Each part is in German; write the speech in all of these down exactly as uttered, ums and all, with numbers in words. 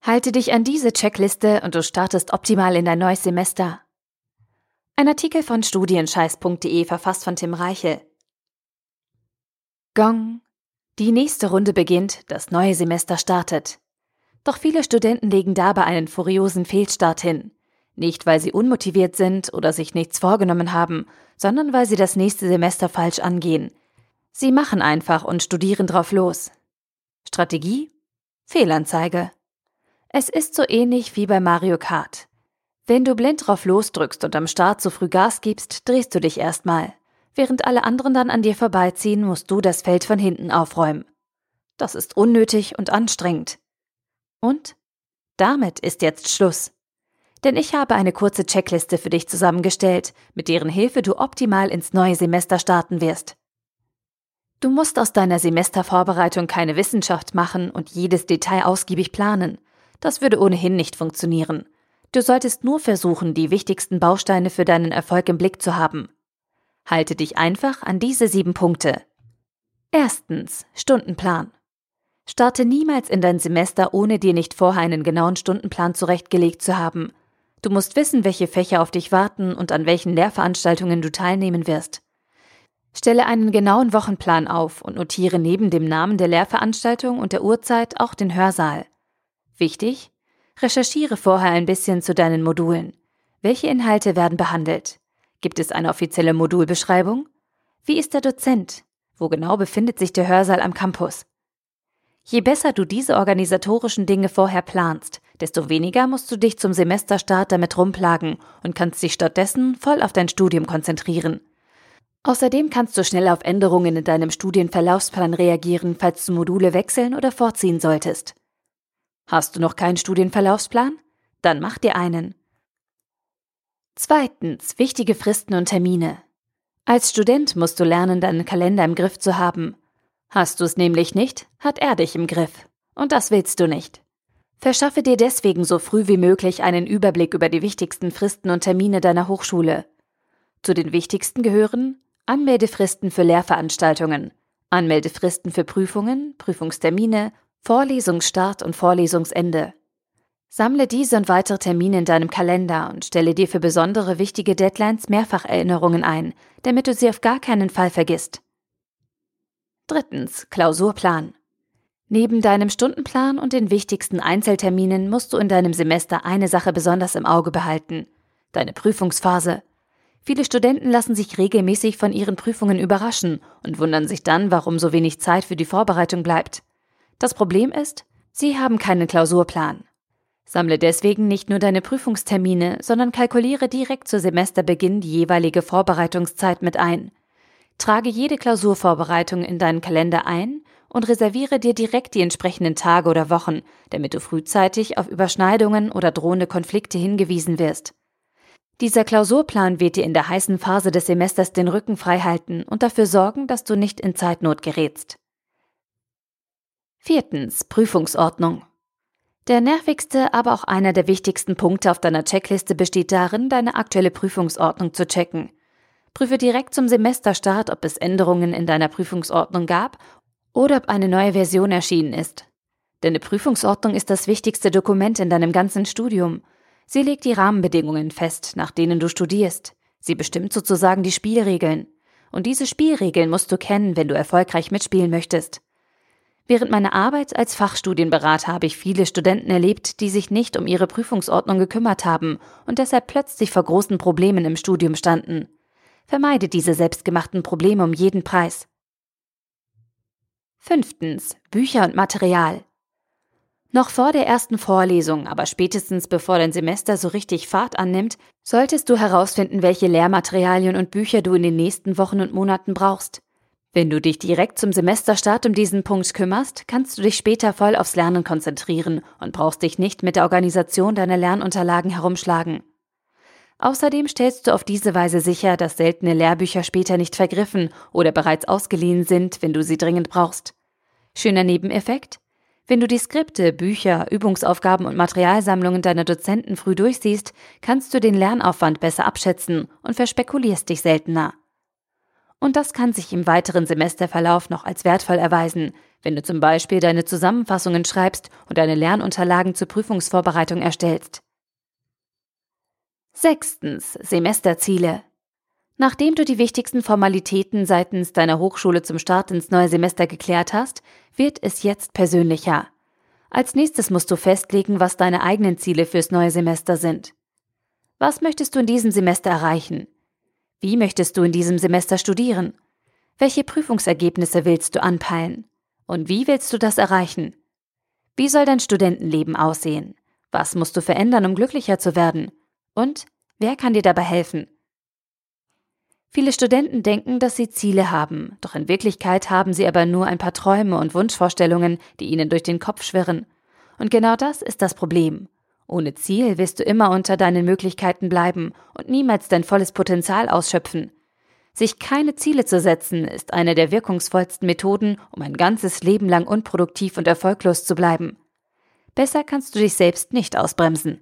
Halte dich an diese Checkliste und du startest optimal in dein neues Semester. Ein Artikel von studienscheiß punkt de, verfasst von Tim Reichel. Gong. Die nächste Runde beginnt, das neue Semester startet. Doch viele Studenten legen dabei einen furiosen Fehlstart hin. Nicht, weil sie unmotiviert sind oder sich nichts vorgenommen haben, sondern weil sie das nächste Semester falsch angehen. Sie machen einfach und studieren drauf los. Strategie? Fehlanzeige. Es ist so ähnlich wie bei Mario Kart. Wenn du blind drauf losdrückst und am Start zu früh Gas gibst, drehst du dich erstmal. Während alle anderen dann an dir vorbeiziehen, musst du das Feld von hinten aufräumen. Das ist unnötig und anstrengend. Und? Damit ist jetzt Schluss. Denn ich habe eine kurze Checkliste für dich zusammengestellt, mit deren Hilfe du optimal ins neue Semester starten wirst. Du musst aus deiner Semestervorbereitung keine Wissenschaft machen und jedes Detail ausgiebig planen. Das würde ohnehin nicht funktionieren. Du solltest nur versuchen, die wichtigsten Bausteine für deinen Erfolg im Blick zu haben. Halte dich einfach an diese sieben Punkte. Erstens, Stundenplan. Starte niemals in dein Semester, ohne dir nicht vorher einen genauen Stundenplan zurechtgelegt zu haben. Du musst wissen, welche Fächer auf dich warten und an welchen Lehrveranstaltungen du teilnehmen wirst. Stelle einen genauen Wochenplan auf und notiere neben dem Namen der Lehrveranstaltung und der Uhrzeit auch den Hörsaal. Wichtig: Recherchiere vorher ein bisschen zu deinen Modulen. Welche Inhalte werden behandelt? Gibt es eine offizielle Modulbeschreibung? Wie ist der Dozent? Wo genau befindet sich der Hörsaal am Campus? Je besser du diese organisatorischen Dinge vorher planst, desto weniger musst du dich zum Semesterstart damit rumplagen und kannst dich stattdessen voll auf dein Studium konzentrieren. Außerdem kannst du schnell auf Änderungen in deinem Studienverlaufsplan reagieren, falls du Module wechseln oder vorziehen solltest. Hast du noch keinen Studienverlaufsplan? Dann mach dir einen. Zweitens, wichtige Fristen und Termine. Als Student musst du lernen, deinen Kalender im Griff zu haben. Hast du es nämlich nicht, hat er dich im Griff. Und das willst du nicht. Verschaffe dir deswegen so früh wie möglich einen Überblick über die wichtigsten Fristen und Termine deiner Hochschule. Zu den wichtigsten gehören Anmeldefristen für Lehrveranstaltungen, Anmeldefristen für Prüfungen, Prüfungstermine, Vorlesungsstart und Vorlesungsende. Sammle diese und weitere Termine in deinem Kalender und stelle dir für besondere wichtige Deadlines Mehrfacherinnerungen ein, damit du sie auf gar keinen Fall vergisst. Drittens, Klausurplan. Neben deinem Stundenplan und den wichtigsten Einzelterminen musst du in deinem Semester eine Sache besonders im Auge behalten: deine Prüfungsphase. Viele Studenten lassen sich regelmäßig von ihren Prüfungen überraschen und wundern sich dann, warum so wenig Zeit für die Vorbereitung bleibt. Das Problem ist, sie haben keinen Klausurplan. Sammle deswegen nicht nur deine Prüfungstermine, sondern kalkuliere direkt zu Semesterbeginn die jeweilige Vorbereitungszeit mit ein. Trage jede Klausurvorbereitung in deinen Kalender ein und reserviere dir direkt die entsprechenden Tage oder Wochen, damit du frühzeitig auf Überschneidungen oder drohende Konflikte hingewiesen wirst. Dieser Klausurplan wird dir in der heißen Phase des Semesters den Rücken frei halten und dafür sorgen, dass du nicht in Zeitnot gerätst. Viertens, Prüfungsordnung. Der nervigste, aber auch einer der wichtigsten Punkte auf deiner Checkliste besteht darin, deine aktuelle Prüfungsordnung zu checken. Prüfe direkt zum Semesterstart, ob es Änderungen in deiner Prüfungsordnung gab oder ob eine neue Version erschienen ist. Deine Prüfungsordnung ist das wichtigste Dokument in deinem ganzen Studium. Sie legt die Rahmenbedingungen fest, nach denen du studierst. Sie bestimmt sozusagen die Spielregeln. Und diese Spielregeln musst du kennen, wenn du erfolgreich mitspielen möchtest. Während meiner Arbeit als Fachstudienberater habe ich viele Studenten erlebt, die sich nicht um ihre Prüfungsordnung gekümmert haben und deshalb plötzlich vor großen Problemen im Studium standen. Vermeide diese selbstgemachten Probleme um jeden Preis. Fünftens, Bücher und Material. Noch vor der ersten Vorlesung, aber spätestens bevor dein Semester so richtig Fahrt annimmt, solltest du herausfinden, welche Lehrmaterialien und Bücher du in den nächsten Wochen und Monaten brauchst. Wenn du dich direkt zum Semesterstart um diesen Punkt kümmerst, kannst du dich später voll aufs Lernen konzentrieren und brauchst dich nicht mit der Organisation deiner Lernunterlagen herumschlagen. Außerdem stellst du auf diese Weise sicher, dass seltene Lehrbücher später nicht vergriffen oder bereits ausgeliehen sind, wenn du sie dringend brauchst. Schöner Nebeneffekt: Wenn du die Skripte, Bücher, Übungsaufgaben und Materialsammlungen deiner Dozenten früh durchsiehst, kannst du den Lernaufwand besser abschätzen und verspekulierst dich seltener. Und das kann sich im weiteren Semesterverlauf noch als wertvoll erweisen, wenn du zum Beispiel deine Zusammenfassungen schreibst und deine Lernunterlagen zur Prüfungsvorbereitung erstellst. Sechstens. Semesterziele. Nachdem du die wichtigsten Formalitäten seitens deiner Hochschule zum Start ins neue Semester geklärt hast, wird es jetzt persönlicher. Als nächstes musst du festlegen, was deine eigenen Ziele fürs neue Semester sind. Was möchtest du in diesem Semester erreichen? Wie möchtest du in diesem Semester studieren? Welche Prüfungsergebnisse willst du anpeilen? Und wie willst du das erreichen? Wie soll dein Studentenleben aussehen? Was musst du verändern, um glücklicher zu werden? Und wer kann dir dabei helfen? Viele Studenten denken, dass sie Ziele haben, doch in Wirklichkeit haben sie aber nur ein paar Träume und Wunschvorstellungen, die ihnen durch den Kopf schwirren. Und genau das ist das Problem. Ohne Ziel wirst du immer unter deinen Möglichkeiten bleiben und niemals dein volles Potenzial ausschöpfen. Sich keine Ziele zu setzen, ist eine der wirkungsvollsten Methoden, um ein ganzes Leben lang unproduktiv und erfolglos zu bleiben. Besser kannst du dich selbst nicht ausbremsen.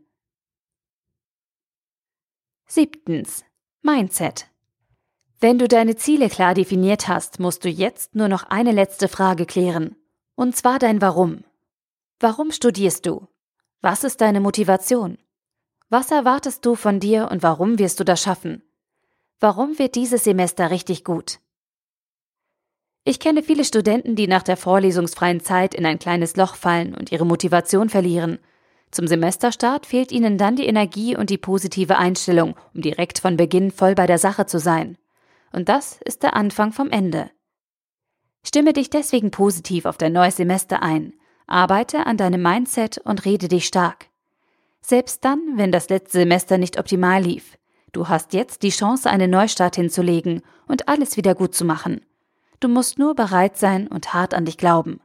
Siebtens. Mindset. Wenn du deine Ziele klar definiert hast, musst du jetzt nur noch eine letzte Frage klären. Und zwar dein Warum. Warum studierst du? Was ist deine Motivation? Was erwartest du von dir und warum wirst du das schaffen? Warum wird dieses Semester richtig gut? Ich kenne viele Studenten, die nach der vorlesungsfreien Zeit in ein kleines Loch fallen und ihre Motivation verlieren. Zum Semesterstart fehlt ihnen dann die Energie und die positive Einstellung, um direkt von Beginn voll bei der Sache zu sein. Und das ist der Anfang vom Ende. Stimme dich deswegen positiv auf dein neues Semester ein, arbeite an deinem Mindset und rede dich stark. Selbst dann, wenn das letzte Semester nicht optimal lief, du hast jetzt die Chance, einen Neustart hinzulegen und alles wieder gut zu machen. Du musst nur bereit sein und hart an dich glauben.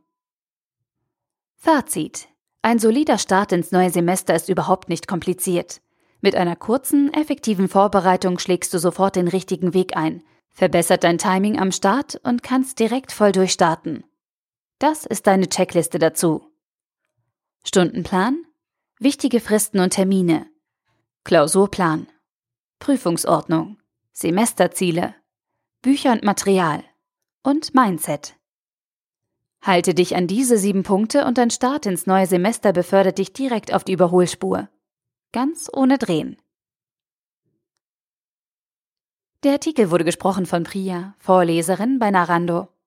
Fazit: Ein solider Start ins neue Semester ist überhaupt nicht kompliziert. Mit einer kurzen, effektiven Vorbereitung schlägst du sofort den richtigen Weg ein, verbessert dein Timing am Start und kannst direkt voll durchstarten. Das ist deine Checkliste dazu. Stundenplan, wichtige Fristen und Termine, Klausurplan, Prüfungsordnung, Semesterziele, Bücher und Material und Mindset. Halte dich an diese sieben Punkte und dein Start ins neue Semester befördert dich direkt auf die Überholspur. Ganz ohne Drehen. Der Artikel wurde gesprochen von Priya, Vorleserin bei Narando.